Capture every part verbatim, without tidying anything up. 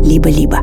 либо-либо.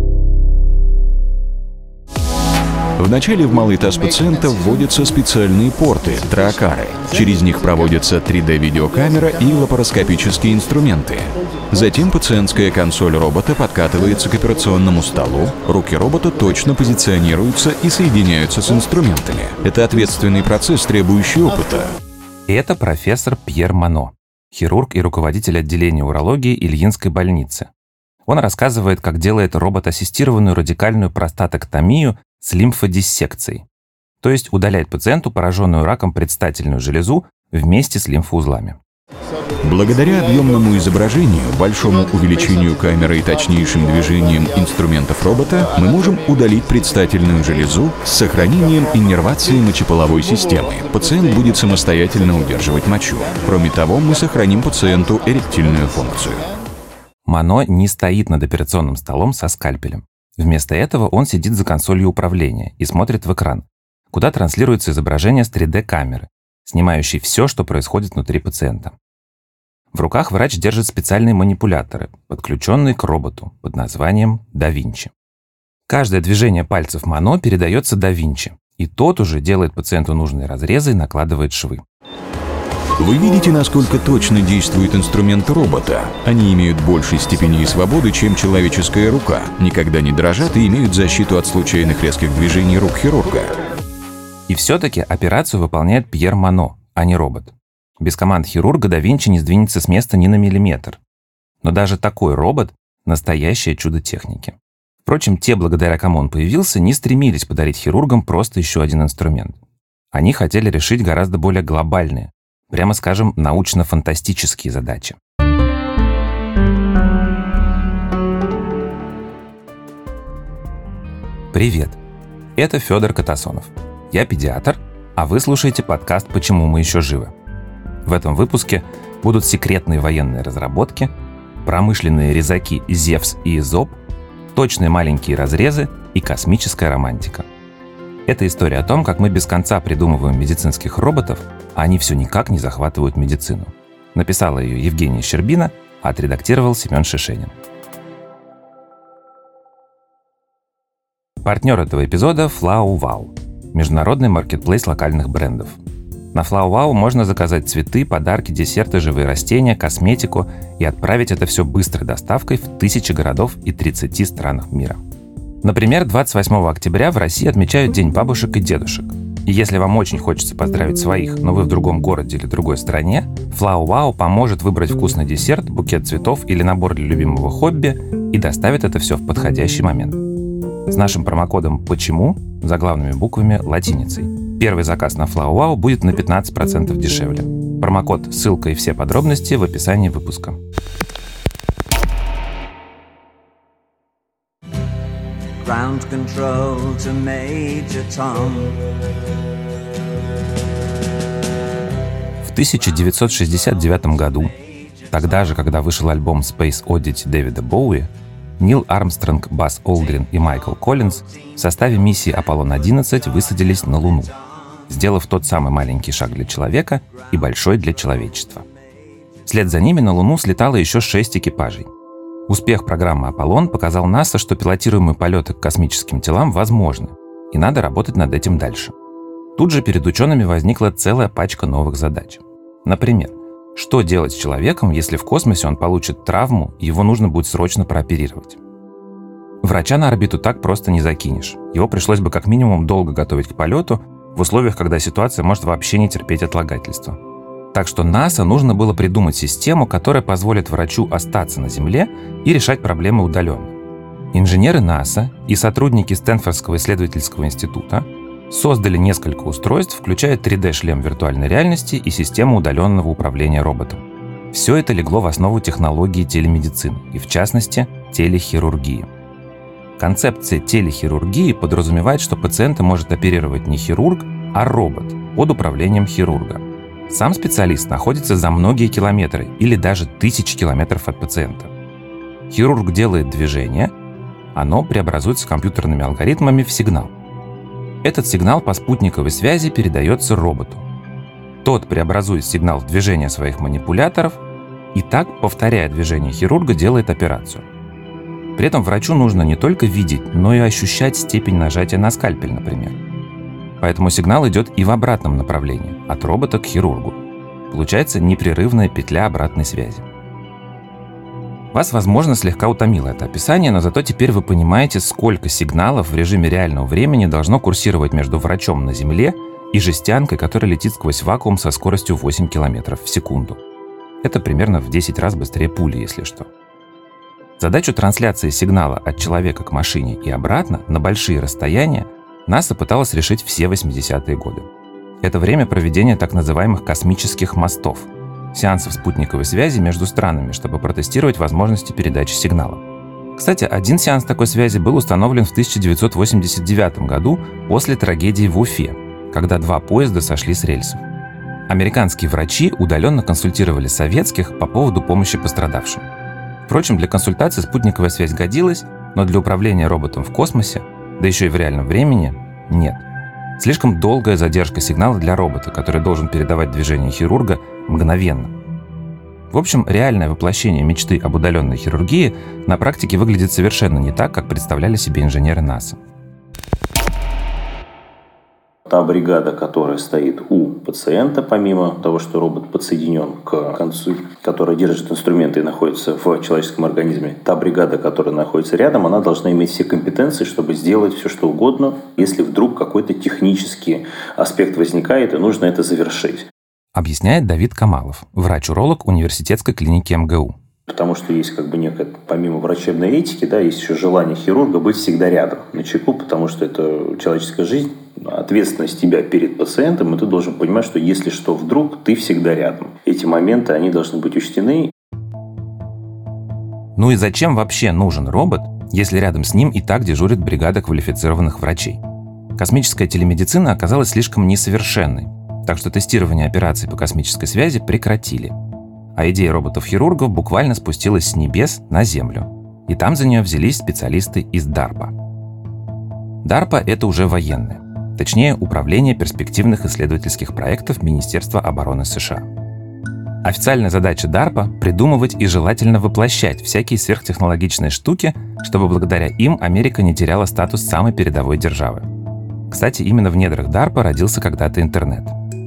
Вначале в малый таз пациента вводятся специальные порты – тракары. Через них проводится три дэ-видеокамера и лапароскопические инструменты. Затем пациентская консоль робота подкатывается к операционному столу, руки робота точно позиционируются и соединяются с инструментами. Это ответственный процесс, требующий опыта. Это профессор Пьер Мано, хирург и руководитель отделения урологии Ильинской больницы. Он рассказывает, как делает робот-ассистированную радикальную простатоктомию с лимфодиссекцией, то есть удаляет пациенту пораженную раком предстательную железу вместе с лимфоузлами. Благодаря объемному изображению, большому увеличению камеры и точнейшим движениям инструментов робота мы можем удалить предстательную железу с сохранением иннервации мочеполовой системы. Пациент будет самостоятельно удерживать мочу. Кроме того, мы сохраним пациенту эректильную функцию. Мано не стоит над операционным столом со скальпелем. Вместо этого он сидит за консолью управления и смотрит в экран, куда транслируется изображение с три дэ-камеры, снимающей все, что происходит внутри пациента. В руках врач держит специальные манипуляторы, подключенные к роботу под названием да Винчи. Каждое движение пальцев Мано передается да Винчи, и тот уже делает пациенту нужные разрезы и накладывает швы. Вы видите, насколько точно действует инструмент робота. Они имеют большей степени свободы, чем человеческая рука, никогда не дрожат и имеют защиту от случайных резких движений рук хирурга. И все-таки операцию выполняет Пьер Мано, а не робот. Без команд хирурга да Винчи не сдвинется с места ни на миллиметр. Но даже такой робот – настоящее чудо техники. Впрочем, те, благодаря кому он появился, не стремились подарить хирургам просто еще один инструмент. Они хотели решить гораздо более глобальные, прямо скажем, научно-фантастические задачи. Привет! Это Федор Катасонов. Я педиатр, а вы слушаете подкаст «Почему мы еще живы?». В этом выпуске будут секретные военные разработки, промышленные резаки Зевс и Эзоп, точные маленькие разрезы и космическая романтика. Это история о том, как мы без конца придумываем медицинских роботов, а они все никак не захватывают медицину. Написала ее Евгения Щербина, а отредактировал Семен Шишенин. Партнер этого эпизода – FlowWow, международный маркетплейс локальных брендов. На FlowWow можно заказать цветы, подарки, десерты, живые растения, косметику и отправить это все быстрой доставкой в тысячи городов и тридцати странах мира. Например, двадцать восьмого октября в России отмечают День бабушек и дедушек. И если вам очень хочется поздравить своих, но вы в другом городе или другой стране, FlowWow поможет выбрать вкусный десерт, букет цветов или набор для любимого хобби и доставит это все в подходящий момент. С нашим промокодом «Почему» заглавными буквами латиницей. Первый заказ на FlowWow будет на пятнадцать процентов дешевле. Промокод, ссылка и все подробности в описании выпуска. Ground control to Major Tom. В тысяча девятьсот шестьдесят девятом году, тогда же, когда вышел альбом Space Oddity Дэвида Боуи, Нил Армстронг, Базз Олдрин и Майкл Коллинз в составе миссии Аполлон одиннадцать высадились на Луну, сделав тот самый маленький шаг для человека и большой для человечества. Вслед за ними на Луну слетало еще шесть экипажей. Успех программы «Аполлон» показал НАСА, что пилотируемые полеты к космическим телам возможны, и надо работать над этим дальше. Тут же перед учеными возникла целая пачка новых задач. Например, что делать с человеком, если в космосе он получит травму, и его нужно будет срочно прооперировать? Врача на орбиту так просто не закинешь. Его пришлось бы как минимум долго готовить к полету, в условиях, когда ситуация может вообще не терпеть отлагательства. Так что НАСА нужно было придумать систему, которая позволит врачу остаться на Земле и решать проблемы удаленно. Инженеры НАСА и сотрудники Стэнфордского исследовательского института создали несколько устройств, включая три дэ-шлем виртуальной реальности и систему удаленного управления роботом. Все это легло в основу технологии телемедицины, и в частности, телехирургии. Концепция телехирургии подразумевает, что пациента может оперировать не хирург, а робот под управлением хирурга. Сам специалист находится за многие километры или даже тысячи километров от пациента. Хирург делает движение, оно преобразуется компьютерными алгоритмами в сигнал. Этот сигнал по спутниковой связи передается роботу. Тот преобразует сигнал в движение своих манипуляторов и так, повторяя движение хирурга, делает операцию. При этом врачу нужно не только видеть, но и ощущать степень нажатия на скальпель, например. Поэтому сигнал идет и в обратном направлении, от робота к хирургу. Получается непрерывная петля обратной связи. Вас, возможно, слегка утомило это описание, но зато теперь вы понимаете, сколько сигналов в режиме реального времени должно курсировать между врачом на Земле и жестянкой, которая летит сквозь вакуум со скоростью восемь километров в секунду. Это примерно в десять раз быстрее пули, если что. Задачу трансляции сигнала от человека к машине и обратно на большие расстояния НАСА пыталась решить все восьмидесятые годы. Это время проведения так называемых космических мостов – сеансов спутниковой связи между странами, чтобы протестировать возможности передачи сигнала. Кстати, один сеанс такой связи был установлен в тысяча девятьсот восемьдесят девятом году после трагедии в Уфе, когда два поезда сошли с рельсов. Американские врачи удаленно консультировали советских по поводу помощи пострадавшим. Впрочем, для консультации спутниковая связь годилась, но для управления роботом в космосе, да еще и в реальном времени, нет. Слишком долгая задержка сигнала для робота, который должен передавать движение хирурга мгновенно. В общем, реальное воплощение мечты об удаленной хирургии на практике выглядит совершенно не так, как представляли себе инженеры НАСА. Та бригада, которая стоит у пациента, помимо того, что робот подсоединен к концу, которая держит инструменты и находится в человеческом организме, та бригада, которая находится рядом, она должна иметь все компетенции, чтобы сделать все, что угодно, если вдруг какой-то технический аспект возникает, и нужно это завершить. Объясняет Давид Камалов, врач-уролог университетской клиники эм гэ у. Потому что есть как бы некое, помимо врачебной этики, да, есть еще желание хирурга быть всегда рядом, начеку, потому что это человеческая жизнь, ответственность тебя перед пациентом, и ты должен понимать, что если что вдруг, ты всегда рядом. Эти моменты, они должны быть учтены. Ну и зачем вообще нужен робот, если рядом с ним и так дежурит бригада квалифицированных врачей? Космическая телемедицина оказалась слишком несовершенной, так что тестирование операций по космической связи прекратили. А идея роботов-хирургов буквально спустилась с небес на Землю. И там за нее взялись специалисты из дарпа. дарпа — это уже военное. Точнее, Управление перспективных исследовательских проектов Министерства обороны США. Официальная задача дарпа — придумывать и желательно воплощать всякие сверхтехнологичные штуки, чтобы благодаря им Америка не теряла статус самой передовой державы. Кстати, именно в недрах дарпа родился когда-то интернет.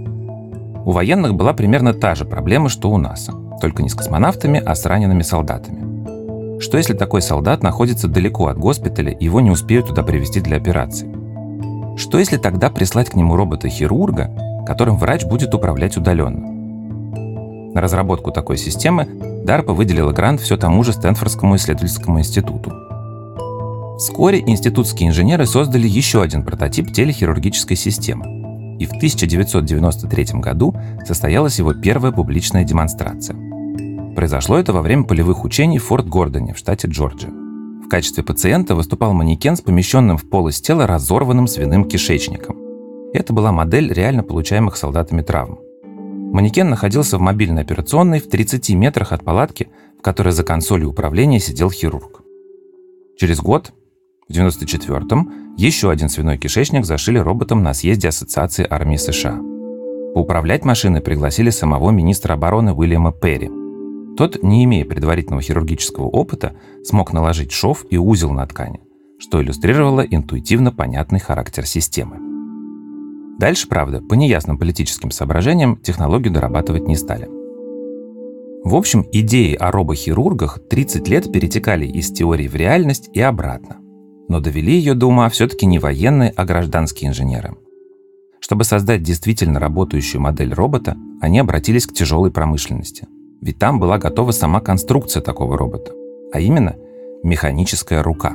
У военных была примерно та же проблема, что у НАСА, только не с космонавтами, а с ранеными солдатами. Что если такой солдат находится далеко от госпиталя, и его не успеют туда привезти для операции? Что если тогда прислать к нему робота-хирурга, которым врач будет управлять удаленно? На разработку такой системы дарпа выделила грант все тому же Стэнфордскому исследовательскому институту. Вскоре институтские инженеры создали еще один прототип телехирургической системы. И в тысяча девятьсот девяносто третьем году состоялась его первая публичная демонстрация. Произошло это во время полевых учений в Форт Гордоне в штате Джорджия. В качестве пациента выступал манекен с помещенным в полость тела разорванным свиным кишечником. Это была модель реально получаемых солдатами травм. Манекен находился в мобильной операционной в тридцати метрах от палатки, в которой за консолью управления сидел хирург. Через год, в девяносто четвёртом, еще один свиной кишечник зашили роботом на съезде Ассоциации армии США. Поуправлять машиной пригласили самого министра обороны Уильяма Перри. Тот, не имея предварительного хирургического опыта, смог наложить шов и узел на ткани, что иллюстрировало интуитивно понятный характер системы. Дальше, правда, по неясным политическим соображениям технологию дорабатывать не стали. В общем, идеи о робохирургах тридцать лет перетекали из теории в реальность и обратно. Но довели ее до ума все-таки не военные, а гражданские инженеры. Чтобы создать действительно работающую модель робота, они обратились к тяжелой промышленности. Ведь там была готова сама конструкция такого робота, а именно механическая рука.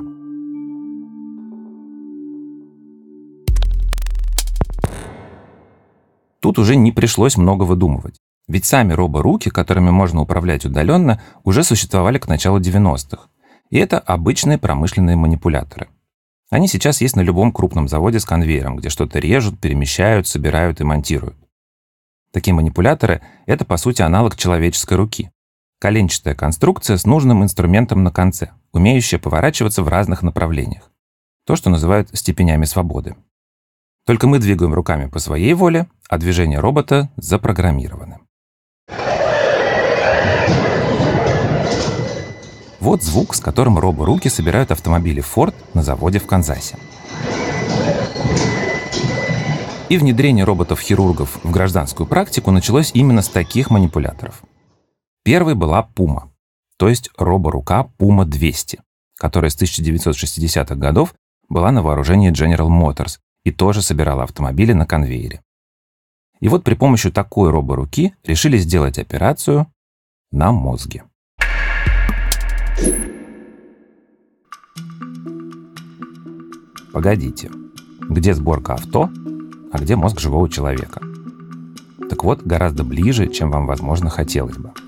Тут уже не пришлось много выдумывать. Ведь сами роборуки, которыми можно управлять удаленно, уже существовали к началу девяностых. И это обычные промышленные манипуляторы. Они сейчас есть на любом крупном заводе с конвейером, где что-то режут, перемещают, собирают и монтируют. Такие манипуляторы — это, по сути, аналог человеческой руки. Коленчатая конструкция с нужным инструментом на конце, умеющая поворачиваться в разных направлениях. То, что называют степенями свободы. Только мы двигаем руками по своей воле, а движения робота запрограммированы. Вот звук, с которым роборуки собирают автомобили Ford на заводе в Канзасе. И внедрение роботов-хирургов в гражданскую практику началось именно с таких манипуляторов. Первой была Puma, то есть роборука Puma двести, которая с тысяча девятьсот шестидесятых годов была на вооружении General Motors и тоже собирала автомобили на конвейере. И вот при помощи такой роборуки решили сделать операцию на мозге. Погодите, где сборка авто, а где мозг живого человека? Так вот, гораздо ближе, чем вам, возможно, хотелось бы.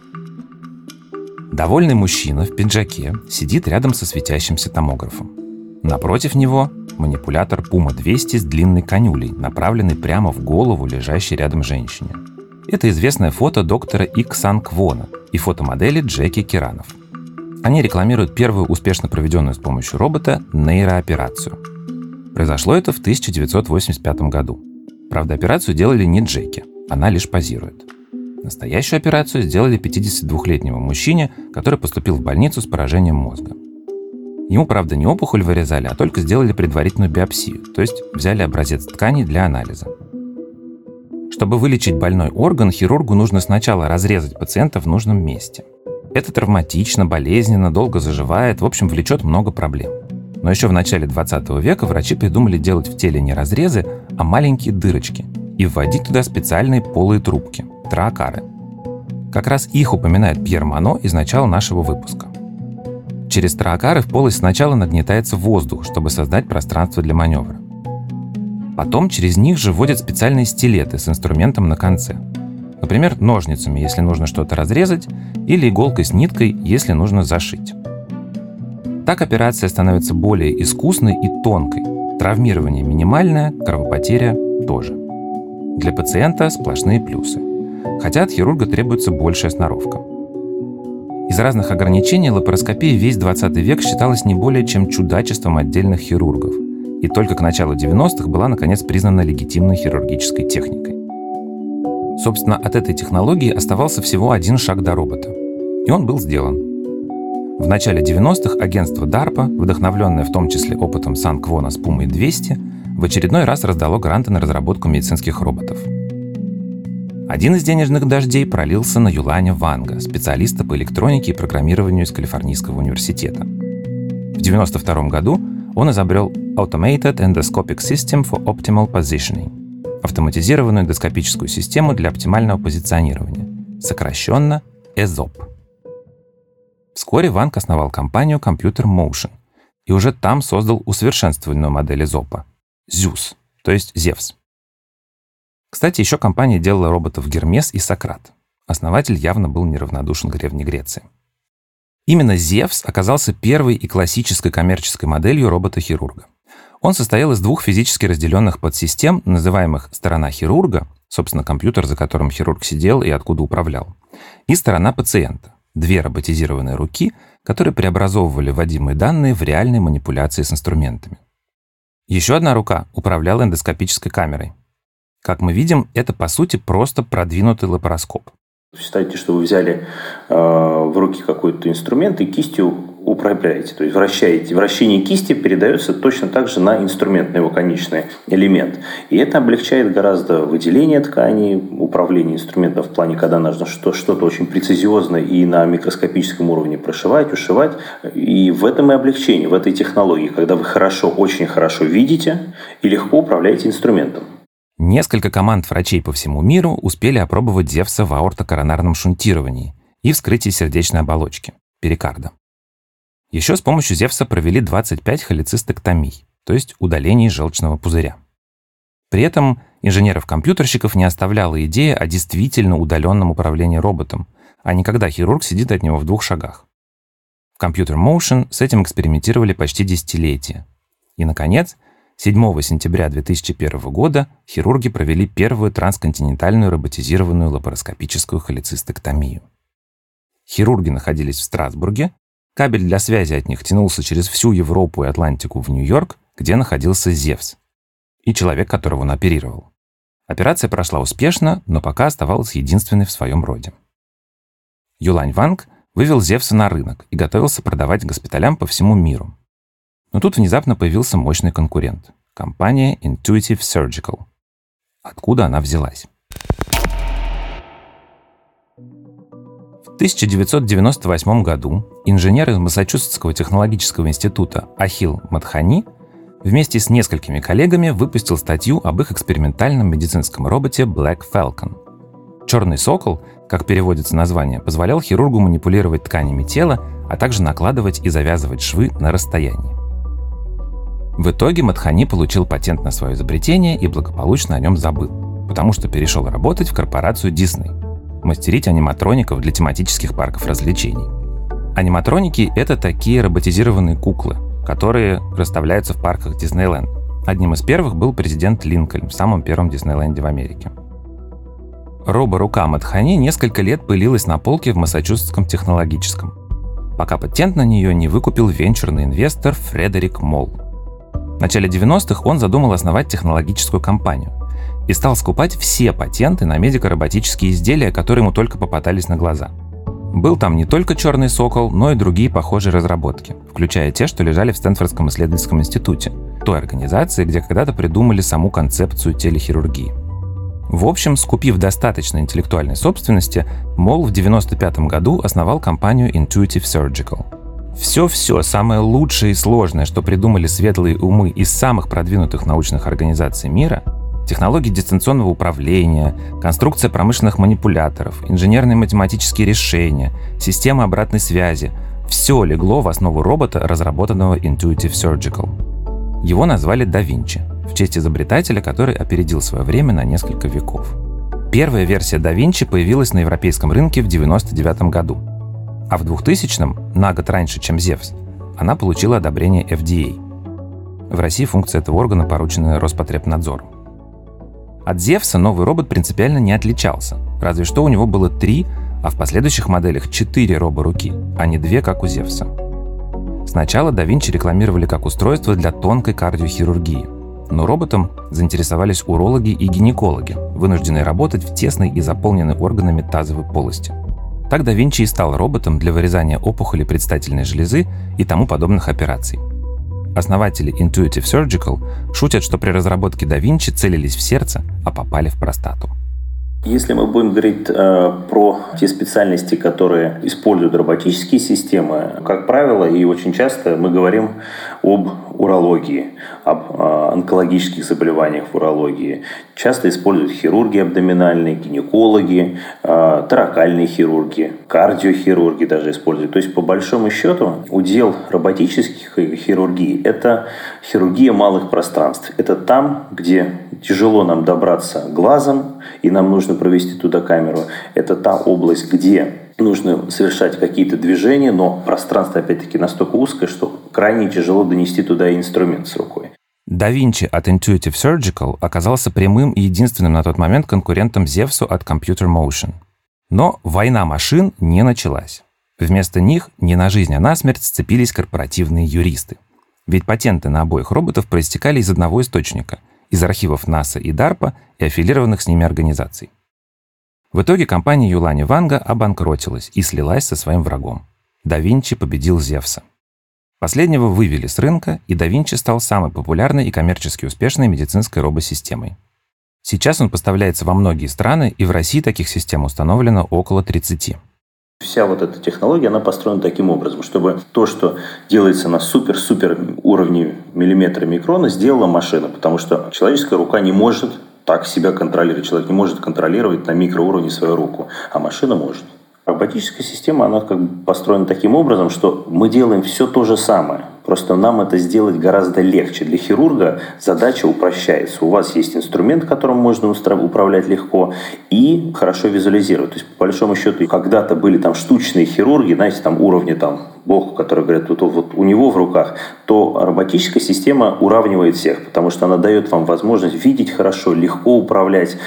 Довольный мужчина в пиджаке сидит рядом со светящимся томографом. Напротив него манипулятор Puma двести с длинной канюлей, направленный прямо в голову лежащей рядом женщине. Это известное фото доктора Ик Сан Квона и фотомодели Джеки Киранов. Они рекламируют первую успешно проведенную с помощью робота нейрооперацию. Произошло это в тысяча девятьсот восемьдесят пятом году. Правда, операцию делали не Джеки, она лишь позирует. Настоящую операцию сделали пятидесятидвухлетнему мужчине, который поступил в больницу с поражением мозга. Ему, правда, не опухоль вырезали, а только сделали предварительную биопсию, то есть взяли образец тканей для анализа. Чтобы вылечить больной орган, хирургу нужно сначала разрезать пациента в нужном месте. Это травматично, болезненно, долго заживает, в общем, влечет много проблем. Но еще в начале двадцатого века врачи придумали делать в теле не разрезы, а маленькие дырочки и вводить туда специальные полые трубки – траакары. Как раз их упоминает Пьер Мано из начала нашего выпуска. Через траакары в полость сначала нагнетается воздух, чтобы создать пространство для маневра. Потом через них же вводят специальные стилеты с инструментом на конце. Например, ножницами, если нужно что-то разрезать, или иголкой с ниткой, если нужно зашить. Так операция становится более искусной и тонкой. Травмирование минимальное, кровопотеря тоже. Для пациента сплошные плюсы. Хотя от хирурга требуется большая сноровка. Из разных ограничений лапароскопия весь двадцатый век считалась не более чем чудачеством отдельных хирургов. И только к началу девяностых была, наконец, признана легитимной хирургической техникой. Собственно, от этой технологии оставался всего один шаг до робота. И он был сделан. В начале девяностых агентство дарпа, вдохновленное в том числе опытом Сан Квона с Puma двести, в очередной раз раздало гранты на разработку медицинских роботов. Один из денежных дождей пролился на Юланя Ванга, специалиста по электронике и программированию из Калифорнийского университета. В девяносто втором году он изобрел Automated Endoscopic System for Optimal Positioning – автоматизированную эндоскопическую систему для оптимального позиционирования, сокращенно и эс о пи. Вскоре Ванг основал компанию Computer Motion и уже там создал усовершенствованную модель и эс о пи – Zeus, то есть Зевс. Кстати, еще компания делала роботов Гермес и Сократ. Основатель явно был неравнодушен к Древней Греции. Именно Зевс оказался первой и классической коммерческой моделью робота-хирурга. Он состоял из двух физически разделенных подсистем, называемых сторона хирурга, собственно, компьютер, за которым хирург сидел и откуда управлял, и сторона пациента, две роботизированные руки, которые преобразовывали вводимые данные в реальные манипуляции с инструментами. Еще одна рука управляла эндоскопической камерой. Как мы видим, это, по сути, просто продвинутый лапароскоп. Представьте, что вы взяли э, в руки какой-то инструмент и кистью управляете. То есть вращаете. Вращение кисти передается точно так же на инструмент, на его конечный элемент. И это облегчает гораздо выделение тканей, управление инструментом в плане, когда нужно что-то очень прецизиозно и на микроскопическом уровне прошивать, ушивать. И в этом и облегчение, в этой технологии, когда вы хорошо, очень хорошо видите и легко управляете инструментом. Несколько команд врачей по всему миру успели опробовать Зевса в аортокоронарном шунтировании и вскрытии сердечной оболочки, перикарда. Еще с помощью Зевса провели двадцать пять холецистэктомий, то есть удалений желчного пузыря. При этом инженеров-компьютерщиков не оставляла идея о действительно удаленном управлении роботом, а не когда хирург сидит от него в двух шагах. В Computer Motion с этим экспериментировали почти десятилетия. И, наконец, седьмого сентября две тысячи первого года хирурги провели первую трансконтинентальную роботизированную лапароскопическую холецистэктомию. Хирурги находились в Страсбурге, кабель для связи от них тянулся через всю Европу и Атлантику в Нью-Йорк, где находился Зевс, и человек, которого он оперировал. Операция прошла успешно, но пока оставалась единственной в своем роде. Юлань Ванг вывел Зевса на рынок и готовился продавать госпиталям по всему миру. Но тут внезапно появился мощный конкурент – компания Intuitive Surgical. Откуда она взялась? В тысяча девятьсот девяносто восьмом году инженер из Массачусетского технологического института Ахилл Мадхани вместе с несколькими коллегами выпустил статью об их экспериментальном медицинском роботе Black Falcon. «Черный сокол», как переводится название, позволял хирургу манипулировать тканями тела, а также накладывать и завязывать швы на расстоянии. В итоге Мадхани получил патент на свое изобретение и благополучно о нем забыл, потому что перешел работать в корпорацию Disney, мастерить аниматроников для тематических парков развлечений. Аниматроники — это такие роботизированные куклы, которые расставляются в парках Диснейленд. Одним из первых был президент Линкольн в самом первом Диснейленде в Америке. Робо-рука Мадхани несколько лет пылилась на полке в Массачусетском технологическом, пока патент на нее не выкупил венчурный инвестор Фредерик Молл. В начале девяностых он задумал основать технологическую компанию и стал скупать все патенты на медико-роботические изделия, которые ему только попадались на глаза. Был там не только «Черный сокол», но и другие похожие разработки, включая те, что лежали в Стэнфордском исследовательском институте, той организации, где когда-то придумали саму концепцию телехирургии. В общем, скупив достаточно интеллектуальной собственности, Молл в девяносто пятом году основал компанию Intuitive Surgical. Все-все самое лучшее и сложное, что придумали светлые умы из самых продвинутых научных организаций мира, технологии дистанционного управления, конструкция промышленных манипуляторов, инженерные математические решения, системы обратной связи – все легло в основу робота, разработанного Intuitive Surgical. Его назвали Да Винчи, в честь изобретателя, который опередил свое время на несколько веков. Первая версия Да Винчи появилась на европейском рынке в девяносто девятом году, а в двухтысячном, на год раньше, чем Зевс, она получила одобрение эф ди эй. В России функция этого органа поручена Роспотребнадзору. От Зевса новый робот принципиально не отличался, разве что у него было три, а в последующих моделях четыре роборуки, а не две, как у Зевса. Сначала Да Винчи рекламировали как устройство для тонкой кардиохирургии, но роботом заинтересовались урологи и гинекологи, вынужденные работать в тесной и заполненной органами тазовой полости. Так Да Винчи и стал роботом для вырезания опухолей предстательной железы и тому подобных операций. Основатели Intuitive Surgical шутят, что при разработке Да Винчи целились в сердце, а попали в простату. Если мы будем говорить э, про те специальности, которые используют роботические системы, как правило, и очень часто мы говорим об урологии, об э, онкологических заболеваниях в урологии. Часто используют хирурги абдоминальные, гинекологи, э, торакальные хирурги, кардиохирурги даже используют. То есть, по большому счету, удел роботической хирургии – это хирургия малых пространств. Это там, где тяжело нам добраться глазом, и нам нужно провести туда камеру. Это та область, где нужно совершать какие-то движения, но пространство, опять-таки, настолько узкое, что крайне тяжело донести туда инструмент с рукой. Да Винчи от Intuitive Surgical оказался прямым и единственным на тот момент конкурентом Зевсу от Computer Motion. Но война машин не началась. Вместо них не на жизнь, а на смерть сцепились корпоративные юристы. Ведь патенты на обоих роботов проистекали из одного источника – из архивов НАСА и дарпа и аффилированных с ними организаций. В итоге компания Юлани Ванга обанкротилась и слилась со своим врагом. Да Винчи победил Зевса. Последнего вывели с рынка, и Да Винчи стал самой популярной и коммерчески успешной медицинской робосистемой. Сейчас он поставляется во многие страны, и в России таких систем установлено около тридцати. Вся вот эта технология, она построена таким образом, чтобы то, что делается на супер-супер уровне миллиметра микрона, сделала машина, потому что человеческая рука не может так себя контролировать. Человек не может контролировать на микроуровне свою руку, а машина может. Роботическая система, она как бы построена таким образом, что мы делаем все то же самое. Просто нам это сделать гораздо легче. Для хирурга задача упрощается. У вас есть инструмент, которым можно управлять легко и хорошо визуализировать. То есть, по большому счету, когда-то были там штучные хирурги, знаете, там уровни там Бог, которые говорят, вот, вот у него в руках, то роботическая система уравнивает всех, потому что она дает вам возможность видеть хорошо, легко управлять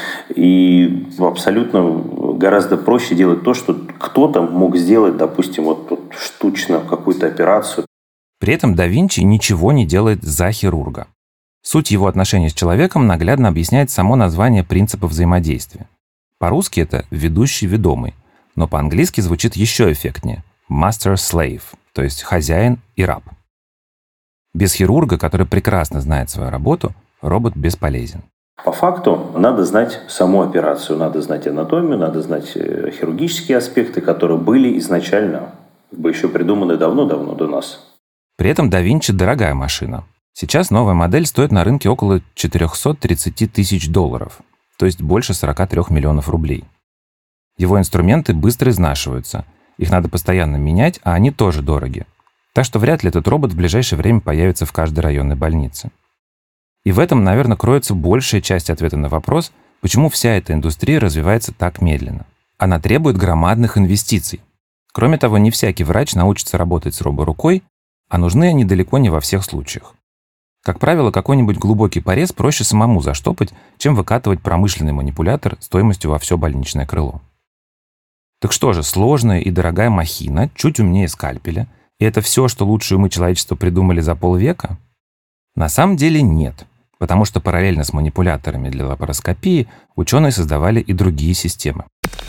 и абсолютно гораздо проще делать то, что кто-то мог сделать, допустим, вот, вот штучно какую-то операцию. При этом Да Винчи ничего не делает за хирурга. Суть его отношений с человеком наглядно объясняет само название принципа взаимодействия. По-русски это «ведущий-ведомый», но по-английски звучит еще эффектнее – master-slave, то есть хозяин и раб. Без хирурга, который прекрасно знает свою работу, робот бесполезен. По факту надо знать саму операцию, надо знать анатомию, надо знать хирургические аспекты, которые были изначально еще придуманы давно-давно до нас. При этом Da Vinci дорогая машина. Сейчас новая модель стоит на рынке около четыреста тридцать тысяч долларов, то есть больше сорок три миллионов рублей. Его инструменты быстро изнашиваются, их надо постоянно менять, а они тоже дороги. Так что вряд ли этот робот в ближайшее время появится в каждой районной больнице. И в этом, наверное, кроется большая часть ответа на вопрос, почему вся эта индустрия развивается так медленно. Она требует громадных инвестиций. Кроме того, не всякий врач научится работать с роборукой, а нужны они далеко не во всех случаях. Как правило, какой-нибудь глубокий порез проще самому заштопать, чем выкатывать промышленный манипулятор стоимостью во все больничное крыло. Так что же, сложная и дорогая махина, чуть умнее скальпеля, и это все, что лучшие умы человечества придумали за полвека? На самом деле нет, потому что параллельно с манипуляторами для лапароскопии ученые создавали и другие системы.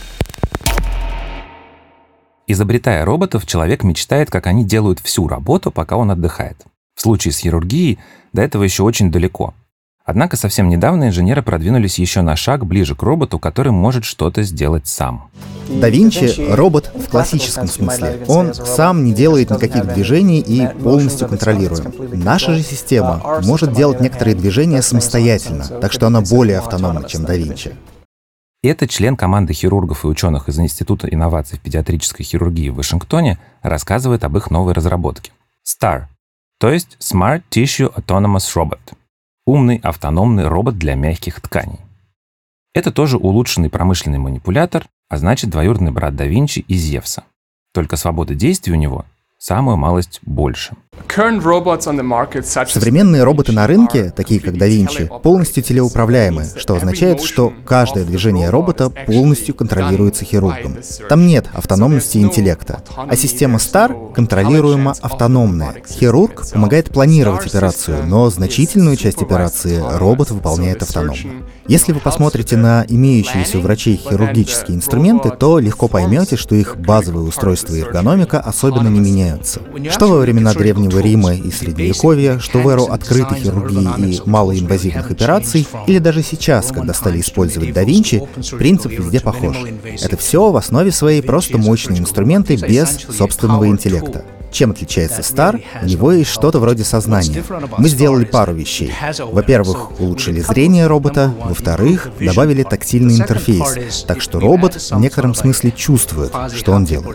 Изобретая роботов, человек мечтает, как они делают всю работу, пока он отдыхает. В случае с хирургией до этого еще очень далеко. Однако совсем недавно инженеры продвинулись еще на шаг ближе к роботу, который может что-то сделать сам. Да Винчи — робот в классическом смысле. Он сам не делает никаких движений и полностью контролируем. Наша же система может делать некоторые движения самостоятельно, так что она более автономна, чем Да Винчи. Это член команды хирургов и ученых из Института инноваций в педиатрической хирургии в Вашингтоне рассказывает об их новой разработке. стар, то есть Smart Tissue Autonomous Robot. Умный автономный робот для мягких тканей. Это тоже улучшенный промышленный манипулятор, а значит двоюродный брат Да Винчи и Зевса. Только свобода действий у него самую малость больше. Современные роботы на рынке, такие как Да Винчи, полностью телеуправляемы, что означает, что каждое движение робота полностью контролируется хирургом. Там нет автономности и интеллекта. А система стар контролируемо автономная. Хирург помогает планировать операцию, но значительную часть операции робот выполняет автономно. Если вы посмотрите на имеющиеся у врачей хирургические инструменты, то легко поймете, что их базовые устройства и эргономика особенно не меняются. Что во времена Древнего Рима и Средневековья, что в эру открытой хирургии и малоинвазивных операций, или даже сейчас, когда стали использовать Да Винчи, принцип везде похож. Это все в основе своей просто мощные инструменты без собственного интеллекта. Чем отличается стар? У него есть что-то вроде сознания. Мы сделали пару вещей. Во-первых, улучшили зрение робота. Во-вторых, добавили тактильный интерфейс. Так что робот в некотором смысле чувствует, что он делает.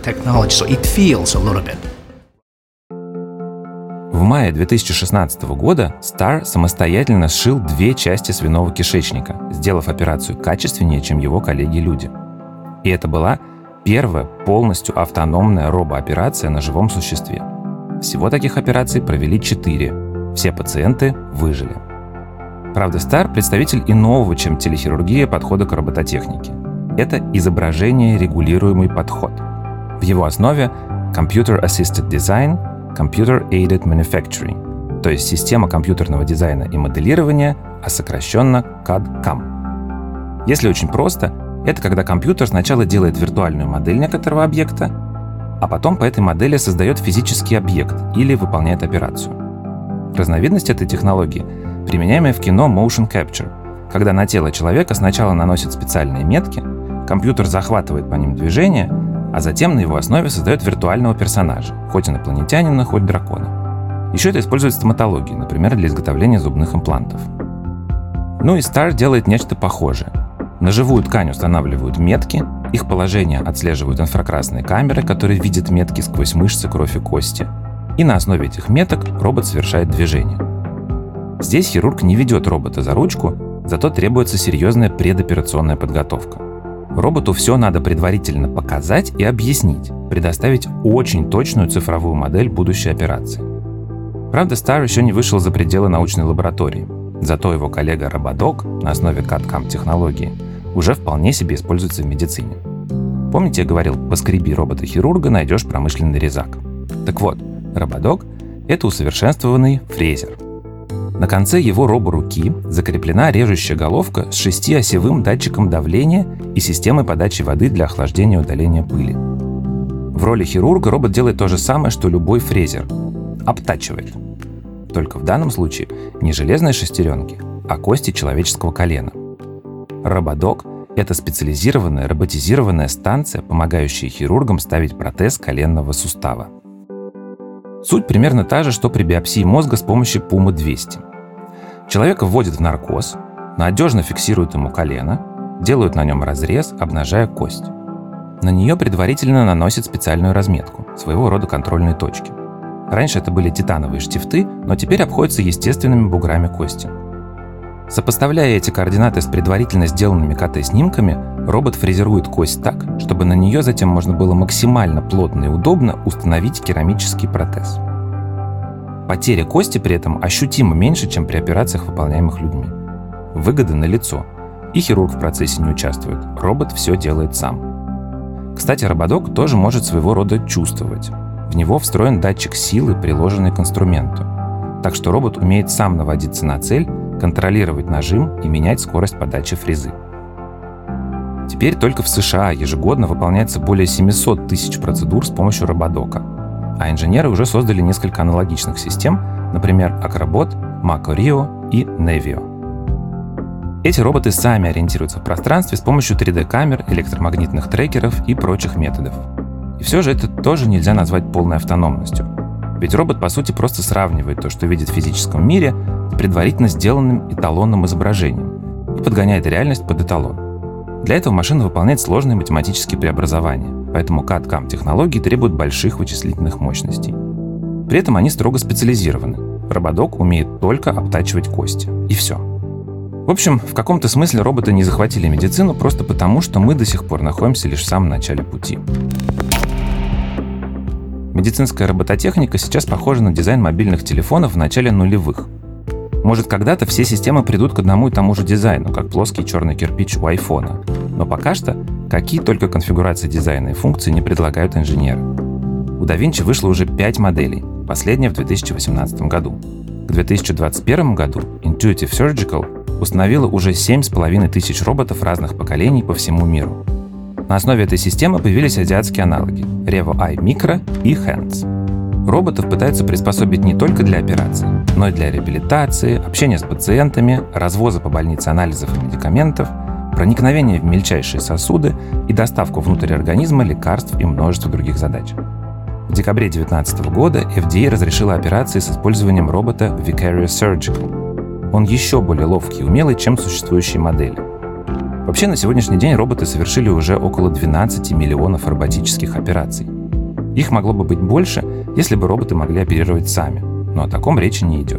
В мае две тысячи шестнадцатого года стар самостоятельно сшил две части свиного кишечника, сделав операцию качественнее, чем его коллеги-люди. И это была первая полностью автономная робооперация на живом существе. Всего таких операций провели четыре. Все пациенты выжили. Правда, стар — представитель иного, чем телехирургия, подхода к робототехнике. Это изображение регулируемый подход. В его основе Computer Assisted Design, Computer Aided Manufacturing, то есть система компьютерного дизайна и моделирования, а сокращенно кад кам. Если очень просто, это когда компьютер сначала делает виртуальную модель некоторого объекта, а потом по этой модели создает физический объект или выполняет операцию. Разновидность этой технологии, применяемая в кино Motion Capture, когда на тело человека сначала наносят специальные метки, компьютер захватывает по ним движение, а затем на его основе создает виртуального персонажа, хоть инопланетянина, хоть дракона. Еще это используют в стоматологии, например, для изготовления зубных имплантов. Ну и стар делает нечто похожее. На живую ткань устанавливают метки, их положение отслеживают инфракрасные камеры, которые видят метки сквозь мышцы, кровь и кости. И на основе этих меток робот совершает движение. Здесь хирург не ведет робота за ручку, зато требуется серьезная предоперационная подготовка. Роботу все надо предварительно показать и объяснить, предоставить очень точную цифровую модель будущей операции. Правда, стар еще не вышел за пределы научной лаборатории. Зато его коллега Рободок на основе кад кам технологии уже вполне себе используется в медицине. Помните, я говорил, поскреби робота-хирурга, найдешь промышленный резак. Так вот, Рободок — это усовершенствованный фрезер. На конце его роборуки закреплена режущая головка с шестиосевым датчиком давления и системой подачи воды для охлаждения и удаления пыли. В роли хирурга робот делает то же самое, что любой фрезер – обтачивает. Только в данном случае не железные шестеренки, а кости человеческого колена. Рободок – это специализированная роботизированная станция, помогающая хирургам ставить протез коленного сустава. Суть примерно та же, что при биопсии мозга с помощью Пума двести. Человека вводят в наркоз, надежно фиксируют ему колено, делают на нем разрез, обнажая кость. На нее предварительно наносят специальную разметку, своего рода контрольные точки. Раньше это были титановые штифты, но теперь обходятся естественными буграми кости. Сопоставляя эти координаты с предварительно сделанными КТ-снимками, робот фрезерует кость так, чтобы на нее затем можно было максимально плотно и удобно установить керамический протез. Потеря кости при этом ощутимо меньше, чем при операциях, выполняемых людьми. Выгода налицо. И хирург в процессе не участвует, робот все делает сам. Кстати, рободок тоже может своего рода чувствовать. В него встроен датчик силы, приложенный к инструменту. Так что робот умеет сам наводиться на цель, контролировать нажим и менять скорость подачи фрезы. Теперь только в США ежегодно выполняется более семьсот тысяч процедур с помощью рободока. А инженеры уже создали несколько аналогичных систем, например, Acrobot, Mako Rio и Nevio. Эти роботы сами ориентируются в пространстве с помощью три дэ-камер, электромагнитных трекеров и прочих методов. И все же это тоже нельзя назвать полной автономностью. Ведь робот, по сути, просто сравнивает то, что видит в физическом мире, с предварительно сделанным эталонным изображением и подгоняет реальность под эталон. Для этого машина выполняет сложные математические преобразования, поэтому кей эй ти-кам технологии требуют больших вычислительных мощностей. При этом они строго специализированы. Рободок умеет только обтачивать кости. И все. В общем, в каком-то смысле роботы не захватили медицину просто потому, что мы до сих пор находимся лишь в самом начале пути. Медицинская робототехника сейчас похожа на дизайн мобильных телефонов в начале нулевых. Может, когда-то все системы придут к одному и тому же дизайну, как плоский черный кирпич у айфона. Но пока что какие только конфигурации дизайна и функции не предлагают инженеры. У DaVinci вышло уже пять моделей, последняя в две тысячи восемнадцатом году. К две тысячи двадцать первому году Intuitive Surgical установила уже семь с половиной тысяч роботов разных поколений по всему миру. На основе этой системы появились азиатские аналоги – RevoEye Micro и Hands. Роботов пытаются приспособить не только для операций, но и для реабилитации, общения с пациентами, развоза по больнице анализов и медикаментов, проникновения в мельчайшие сосуды и доставку внутрь организма лекарств и множество других задач. В декабре две тысячи девятнадцатого года эф ди эй разрешила операции с использованием робота Vicarious Surgical. Он еще более ловкий и умелый, чем существующие модели. Вообще, на сегодняшний день роботы совершили уже около двенадцати миллионов роботических операций. Их могло бы быть больше, если бы роботы могли оперировать сами, но о таком речи не идет.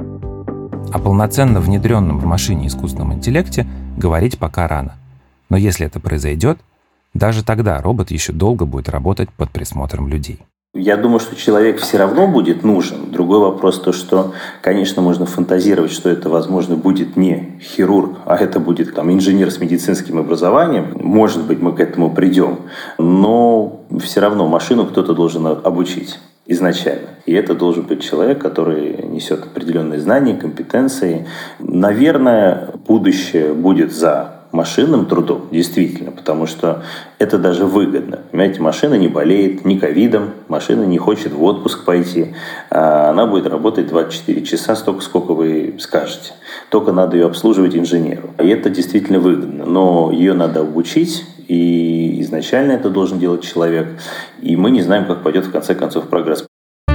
О полноценно внедренном в машине искусственном интеллекте говорить пока рано. Но если это произойдет, даже тогда робот еще долго будет работать под присмотром людей. Я думаю, что человек все равно будет нужен. Другой вопрос то, что, конечно, можно фантазировать, что это, возможно, будет не хирург, а это будет там, инженер с медицинским образованием. Может быть, мы к этому придем. Но все равно машину кто-то должен обучить изначально. И это должен быть человек, который несет определенные знания, компетенции. Наверное, будущее будет за машинным трудом, действительно, потому что это даже выгодно. Понимаете, машина не болеет ни ковидом, машина не хочет в отпуск пойти, а она будет работать двадцать четыре часа, столько, сколько вы скажете. Только надо ее обслуживать инженеру. И это действительно выгодно, но ее надо обучить, и изначально это должен делать человек, и мы не знаем, как пойдет в конце концов прогресс.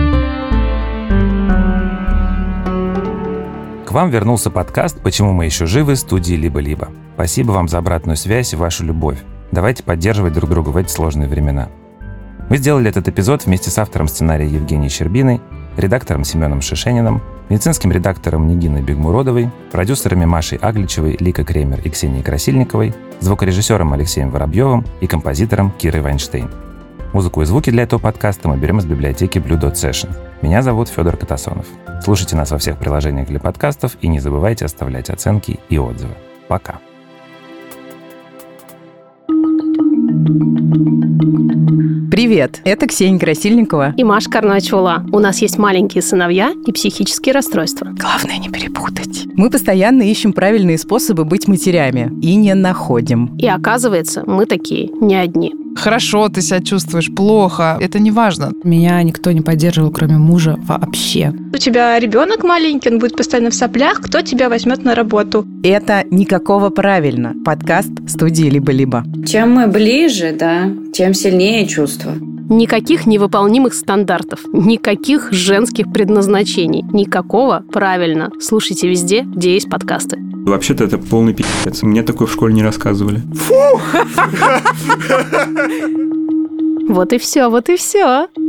К вам вернулся подкаст «Почему мы еще живы» студии «Либо-либо». Спасибо вам за обратную связь и вашу любовь. Давайте поддерживать друг друга в эти сложные времена. Мы сделали этот эпизод вместе с автором сценария Евгенией Щербиной, редактором Семеном Шишениным, медицинским редактором Нигиной Бегмуродовой, продюсерами Машей Агличевой, Лика Кремер и Ксенией Красильниковой, звукорежиссером Алексеем Воробьевым и композитором Кирой Вайнштейн. Музыку и звуки для этого подкаста мы берем из библиотеки Blue Dot Session. Меня зовут Федор Катасонов. Слушайте нас во всех приложениях для подкастов и не забывайте оставлять оценки и отзывы. Пока. Привет, это Ксения Красильникова и Маша Карначула. У нас есть маленькие сыновья и психические расстройства. Главное не перепутать. Мы постоянно ищем правильные способы быть матерями и не находим. И оказывается, мы такие не одни. Хорошо ты себя чувствуешь, плохо, это не важно. Меня никто не поддерживал, кроме мужа, вообще. У тебя ребенок маленький, он будет постоянно в соплях, кто тебя возьмет на работу? Это «Никакого правильно» – подкаст студии «Либо-либо». Чем мы ближе, да, тем сильнее чувства. Никаких невыполнимых стандартов, никаких женских предназначений, никакого правильно. Слушайте везде, где есть подкасты. Вообще-то это полный пи***ц. Мне такое в школе не рассказывали. Вот и все, вот и все.